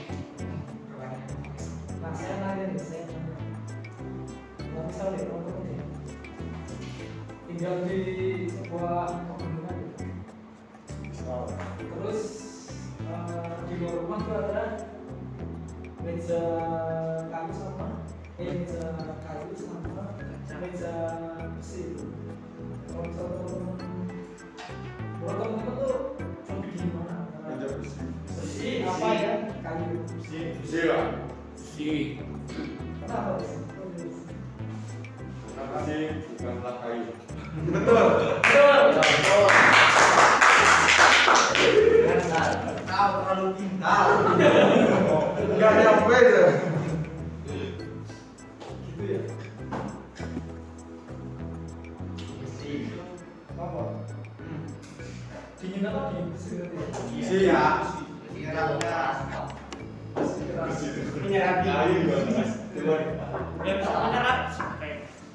Nah saya nanya nih, saya nanya nah misal nih teman-teman nih tinggal di sebuah pegunungan terus uh, di luar rumah tuh ada meja kayu sama eh meja kayu sama meja besi. Kalau misalnya teman-teman kalau teman-teman tuh contoh gimana Meja besi. besi apa ya kayu Besi lah. Si kenapa besi? Karena besi bukanlah kayu. Kau terlalu pintar. Enggak nyampe deh. Gitu ya. Besi. Apa? Dingin apa dingin besi nanti? Besi. Iya. Kira-kira. Besi keras. Menyerap Kayu juga. Dia bisa menyerap sampai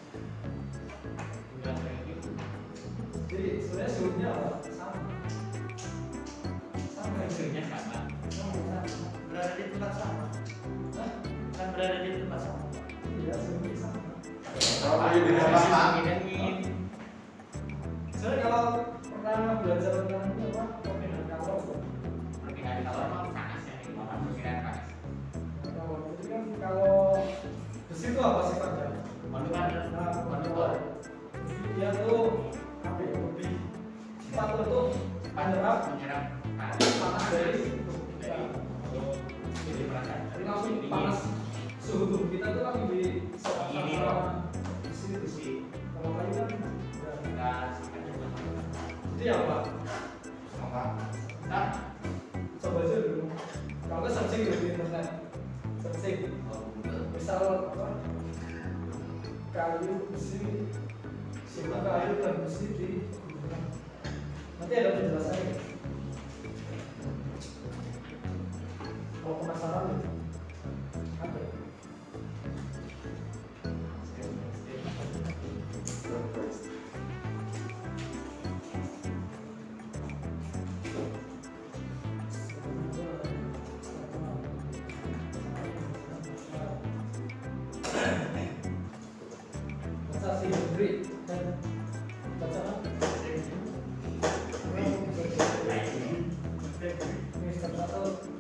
Jadi sebenarnya suhunya apa? Sama. Sama ya? hasilnya sama. Sama. Berada di tempat sama. Hah? Kan berada di tempat sama. Iya, suhunya sama. Kalau kayu di besi. Angin angin. Soalnya kalau pernah belajar tentang ini apa? Perpindahan kalor tuh. Perpindahan kalor mah panas ya nih, orang perkiraan panas. Kalor itu kan kalau besi itu apa sifatnya? Konduktor. Nah, Konduktor. dia tuh apa ya? Lebih sifat untuk menyerap Menyerap panas dari tubuh kita. jadi perasaan. Jadi langsung panas suhu tubuh kita tuh langsung di Ini sama loh. besi itu. Besi. Kalau kayu kan enggak. Enggak sifatnya sama. Jadi apa? Sama. Nah, Coba aja dulu. Kalau nggak searching dulu di internet, searching. Misal apa? Kayu besi, suhu kayu dan besi di pegunungan. Nanti ada penjelasannya. Kalau penasaran ya, ada. Baca si Hendri dan baca apa? Mister Tato.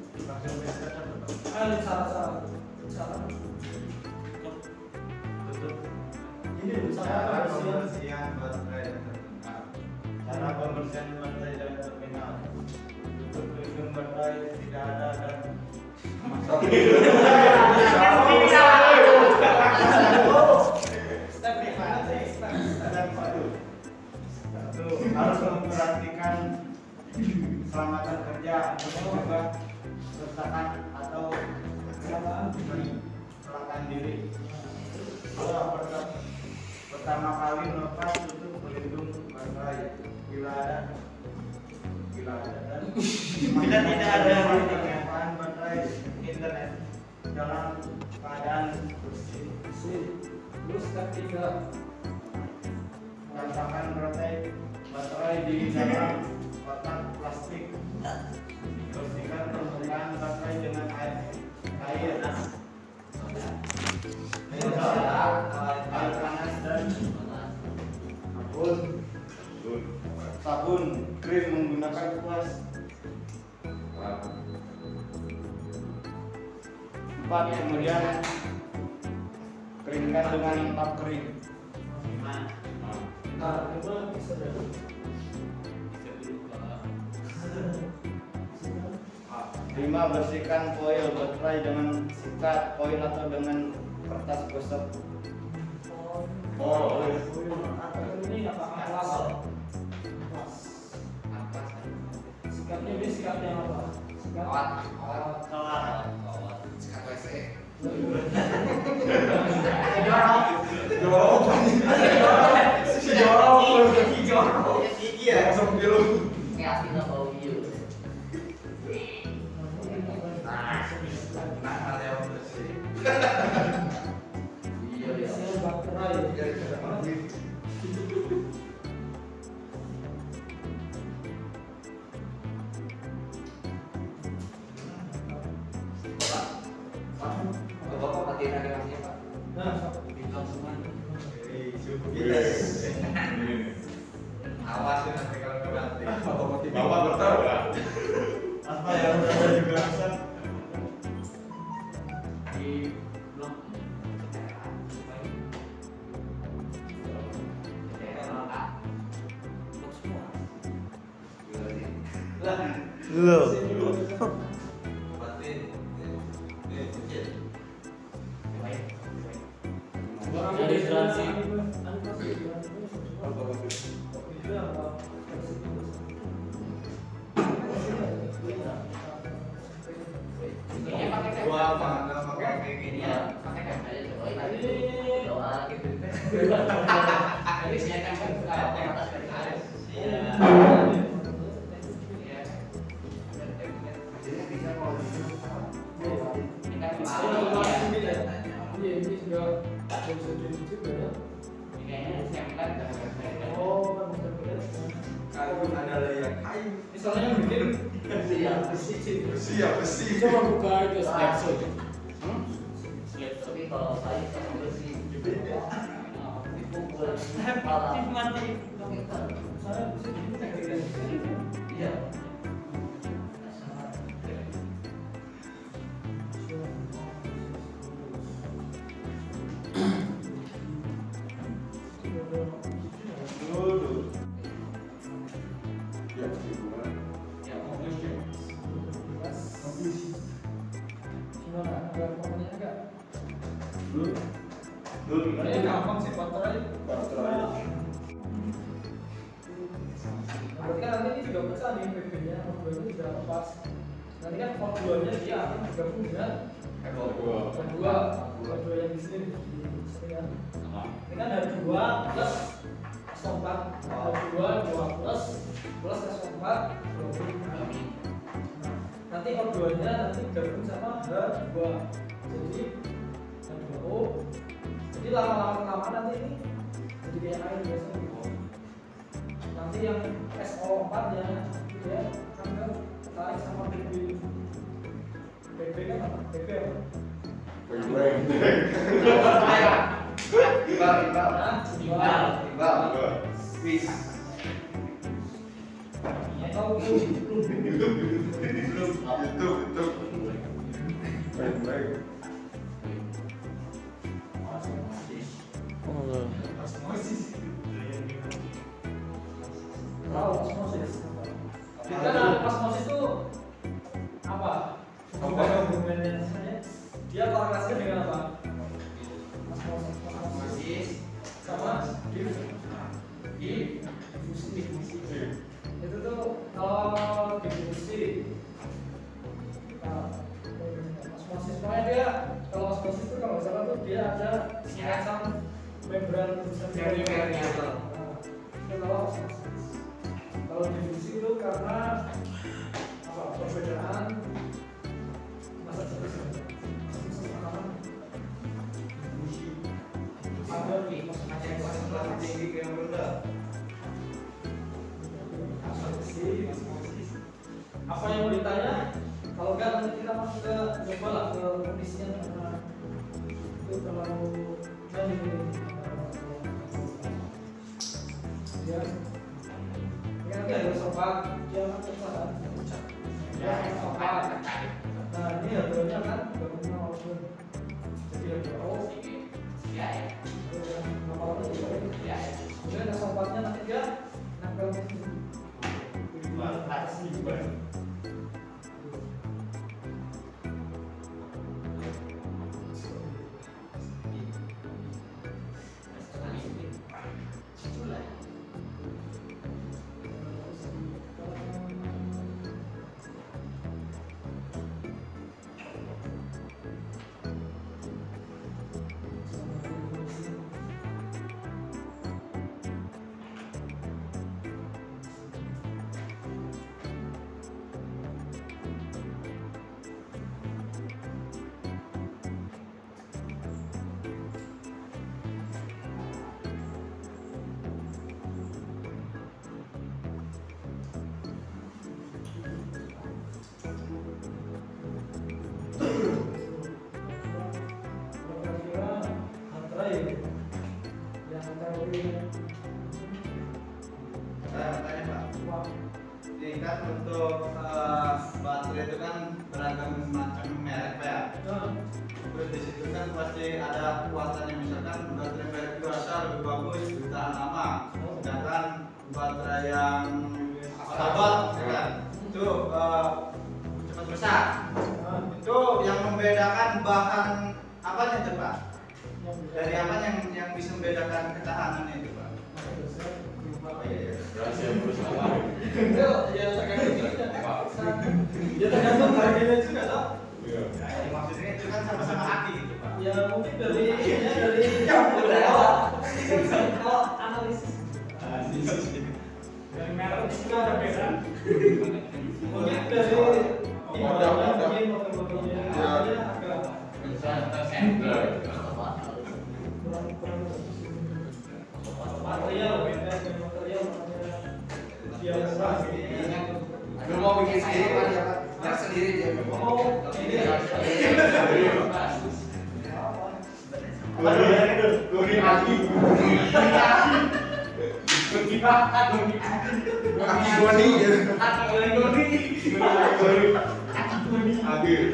Ah, salah salah. Salah. Ini loh, salah Cara apa sih? pembersihan baterai dan terminal. Cara pembersihan baterai dan terminal. Untuk pelindung baterai tidak ada dan Step di mana sih? Step, step. Step satu. Satu, harus memperhatikan keselamatan kerja untuk mencegah kerusakan atau Kecelakaan. kecelakaan diri. Dua, perta- pertama kali melepas tutup pelindung baterai bila ada bila ada dan Bila tidak ada penyewaan baterai internet dalam keadaan bersih. Bersih. Terus step tiga. Letakkan baterai baterai di dalam kotak plastik. Bersihkan permukaan baterai dengan air air air air panas dan sabun sabun krim menggunakan kuas. Empat, kemudian keringkan dengan tap kering. Nah, lima bisa jadi. Lima, bersihkan koil baterai dengan sikat koil atau dengan kertas gosok. Oh, boleh. Ini apa? Alas. Alas. Sikatnya ini sikat yang apa? Sikat Kawat. kawat. kawat. Sekat W C. Jorok. Jorok. Gigi ya? Langsung kilo. Kayak aslinya bau hiu. Nah, hal yang bersih. Iya, iya. Isinya baterai. Awas ya nanti kalau kena mati. Otomotif Bapak inverter. Apa yang udah dijelaskan? Di blok Loh. Batin. Eh, kecil. dari transit Gua apa? Enggak pakai kayak gini ya. Pakai kayak aja coba. Doa gitu. Habis saya kan ke atas ke atas. Iya. Kalau ada layak kayu. Misalnya yang bikin Besi ya besi. coba buka itu slideshow. Hmm? Slideshow. Tapi kalau saya sama bersih dipukul Aktif mati. saya bisa bikin iya. Dulu. Ya hubungan. Ya mungkin gimana agak pokoknya agak Dulu. Dulu gimana? ini gampang sih baterai. Baterai. Berarti kan nanti ini juga pecah nih P B-nya, port dua ini sudah lepas. Nanti kan port dua-nya dia akan bergabung dengan Kedua. port dua, port dua yang di sini di sini kan. Ini kan ada dua plus S empat, ada dua, dua plus plus S empat, dua puluh. Nanti O dua-nya nanti gabung sama H dua, jadi H dua O. Jadi lama-lama lama nanti ini jadi kayak air biasa gitu. Nanti yang S O empat nya dia akan tarik sama B B. B B kan apa? B B apa? Beng-beng. Imbal, imbal. Nah, Imbal. Imbal. Wis. atau YouTube YouTube. Beng-beng. tahu osmosis. Karena osmosis itu apa? Hubungan hubungannya saya. Dia korelasinya dengan apa? Osmosis. Osmosis sama difusi. Difusi. Itu tuh kalau difusi. Nah, osmosis pokoknya dia kalau osmosis itu kalau nggak salah tuh dia ada semacam membran Dari variabel. itu kalau osmosis. Kalau difusi itu karena apa? Perbedaan masa cerita. Ada di Masih tinggi kayak benda. apa yang mau ditanya? Kalau enggak nanti kita masuk ke coba lah ke kondisinya karena itu terlalu jauh ini. Ya, ini nanti ada sobat dia akan kesalahan pecah. Ya, sobat. Nah ini harganya kan gabungnya walaupun jadi harga O. ya ya Nama itu juga ini. ya. Kemudian ada sobatnya nanti dia nempel di sini. teori Saya mau tanya Pak. wah Ini kan untuk eh, baterai itu kan beragam macam merek Pak ya. nah, Terus di situ kan pasti ada kuatannya, misalkan baterai merek biasa lebih bagus bertahan lama, sedangkan baterai yang sahabat ya kan itu eh, cepat rusak. nah, Itu yang membedakan bahan apa itu Pak? yang Dari apa yang yang bisa membedakan ketahanan itu Pak? Oh, iya, iya. Rahasia perusahaan. itu ya tergantung ya tergantung harganya juga toh. Iya. Ya, maksudnya itu kan sama-sama aki gitu Pak. Ya mungkin dari ya dari kalau analisis Dari merek itu ada beda. mungkin dari ini Ada, ada. mungkin motor-motornya Ya. dia agak Bisa tersender. kurang kurang material beda dengan material makanya dia murah Lu mau bikin sendiri kan ya Pak? Biar sendiri dia. oh ini Goni aki. Aki goni. Aki.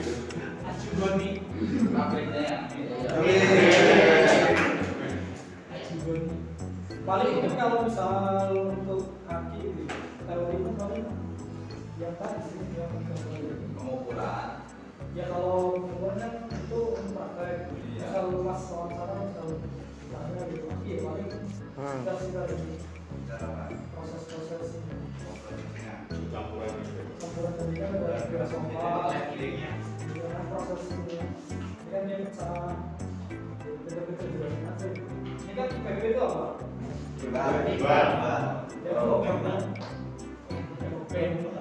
paling itu kalau misal untuk kaki itu teori itu paling yang tadi sih yang Pengukuran. ya kalau kemudian itu pakai misal pas wawancara misal tanya gitu iya paling Hmm. kita sudah ini Cara Pak. proses-proses Prosesnya. Campuran gitu. campuran tadi kan ada gula sompa dengan proses ini ini kan yang cara beda-beda juga nanti ini kan P P itu apa? Bukan. Bukan. Ya itu kan kan P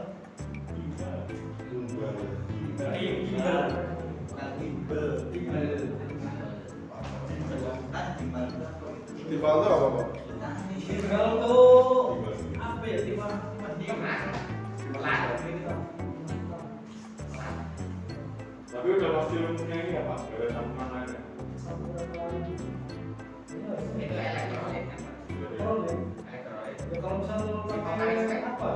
Bukan timbel. Kan timbel. Timbal itu apa Pak? kalau tuh apa ya timah timah Tapi udah pasti lumutnya ini ya Pak? Gak ada campuran lain ya? campuran lain ini harusnya Itu elektronik kan Pak? elektronik. Elektronik. Ya kalau misalnya pakai apa?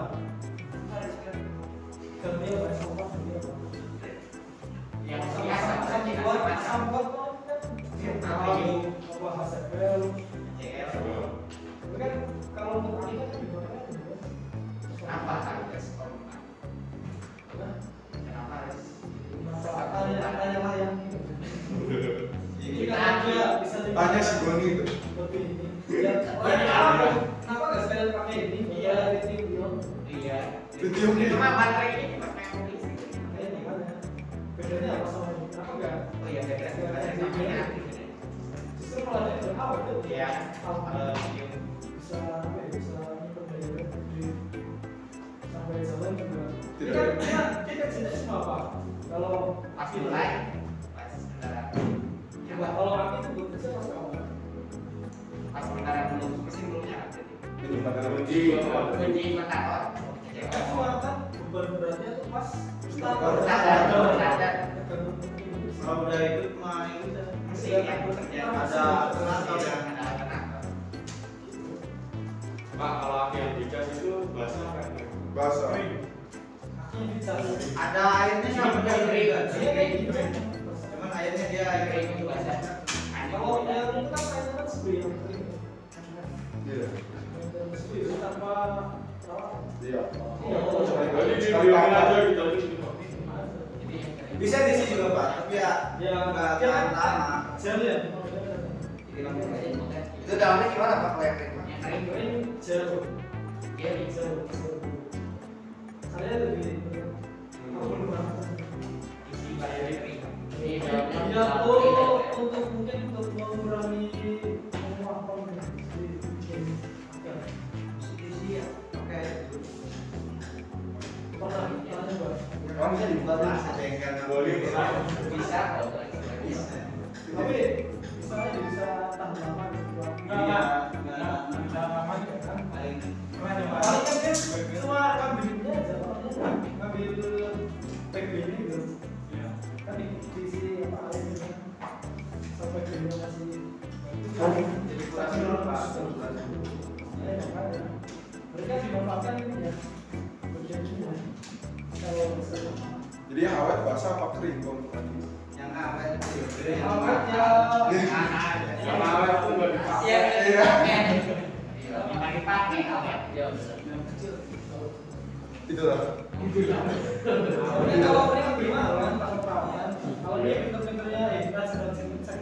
Ganti apa? Sampah ganti apa? Yang biasa Sampah kita buat macam sampah tuh kan kalau apa H C P L C L. itu kan kalau untuk kaki kan juga kan Kenapa harus kompak? Nah, Kenapa harus? masalah tanya tanya lah yang ini. Ini Jadi kan juga bisa dipakai Tanya si Goni itu. lebih ini. Ya, oh ya, kenapa? Kenapa nggak sekalian pakai ini? Iya, lithium ion. Iya. Lithium Itu itu. mah baterai ini cuma memang listrik. Kayak gimana? Bedanya apa sama ini? Kenapa nggak? Oh iya, baterai baterai sama ini aktif. Justru malah dia berapa tuh? Iya. Alpha. Eh, lithium. Bisa apa ya? Bisa nyimpen daya gede sampai jalan juga. Ini Tidak. kan kita kita sini cuma apa? Kalau Pas mulai, pas kendaraan. coba kalau api itu bekerja pas apa? Pas kendaraan belum mesin belumnya kan jadi. Ini pada kunci. Kunci motor. Kan cuma kan beban beratnya tuh pas Starter. Starter, starter. kalau udah ikut mah itu dah. Mesin yang bekerja Ada alternatif yang yang ada alternatif. Pak, kalau aki yang dicas itu bahasa apa ya? Bahasa. Ini dicari. ada airnya sama Ini dari kering. Iya kayak gitu. cuman airnya dia air Kering itu bahasa. Kalau yang itu kan kayaknya kan spray yang kering. Iya. Yang spray itu tanpa perawatan. Iya. Iya, kalau cuma Jadi dibiarin aja gitu aja gitu Pak. Jadi yang kering. bisa diisi juga Pak, tapi ya Ya, nggak dia tahan kan lama. gel ya. kalau gel kan. Jadi lampu aja motor. Itu dalamnya gimana Pak kalau yang kering? Yang Kering kering kering gel. dia Gel, gel. Saya lebih aku belum pernah. isi baterai kering. Jadi Ya, dalamnya oh, untuk mungkin untuk mengurangi penguapan di bikin apa? Isi ya, oke. Pernah, pernah coba. Kalau bisa dibuka Pak, ada yang kan Boleh. bisa kalau bisa. Tapi bisa aja bisa tahan lama gitu. Bang. Enggak, enggak. Bisa lama juga kan? Paling Pernah coba? Paling kan dia cuma ngambilnya aja, makanya ngambil P B nya gitu. Iya. Kan di diisi apa air gitu kan. Sampai P B nya masih jadi kurang dulu Pak. ya. Mereka dimanfaatkan ya bagian semua. Kalau Jadi yang awet basah apa kering kalau untuk lagi? Yang awet itu. yang awet ya Yang awet itu nggak dipakai. Iya, Iya. yang lagi pakai awet. Ya, Itu lah. Soalnya kalau mereka gimana kan takut perawan. Kalau dia pinter-pinternya ya kita sedang cek.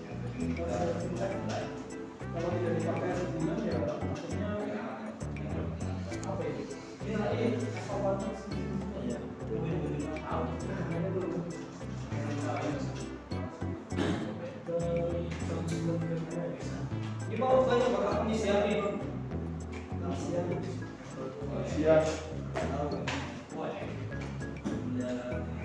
Kalau tidak dipakai sebulan ya maksudnya apa ya? Ini lagi evaluasi. Iya. Ini mau banyak bakal pengisian nih. Pengisian. Siap. Wah.